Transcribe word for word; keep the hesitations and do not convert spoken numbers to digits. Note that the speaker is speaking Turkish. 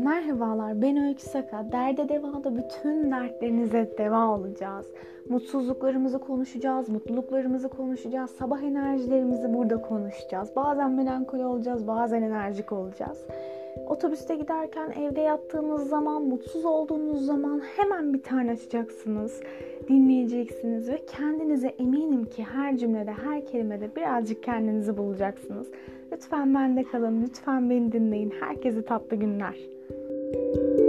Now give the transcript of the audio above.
Merhabalar, ben Öykü Saka. Derde Deva'da bütün dertlerinize deva olacağız. Mutsuzluklarımızı konuşacağız, mutluluklarımızı konuşacağız, sabah enerjilerimizi burada konuşacağız. Bazen melankoli olacağız, bazen enerjik olacağız. Otobüste giderken, evde yattığınız zaman, mutsuz olduğunuz zaman hemen bir tane açacaksınız, dinleyeceksiniz ve kendinize eminim ki her cümlede, her kelimede birazcık kendinizi bulacaksınız. Lütfen bende kalın, lütfen beni dinleyin. Herkese tatlı günler.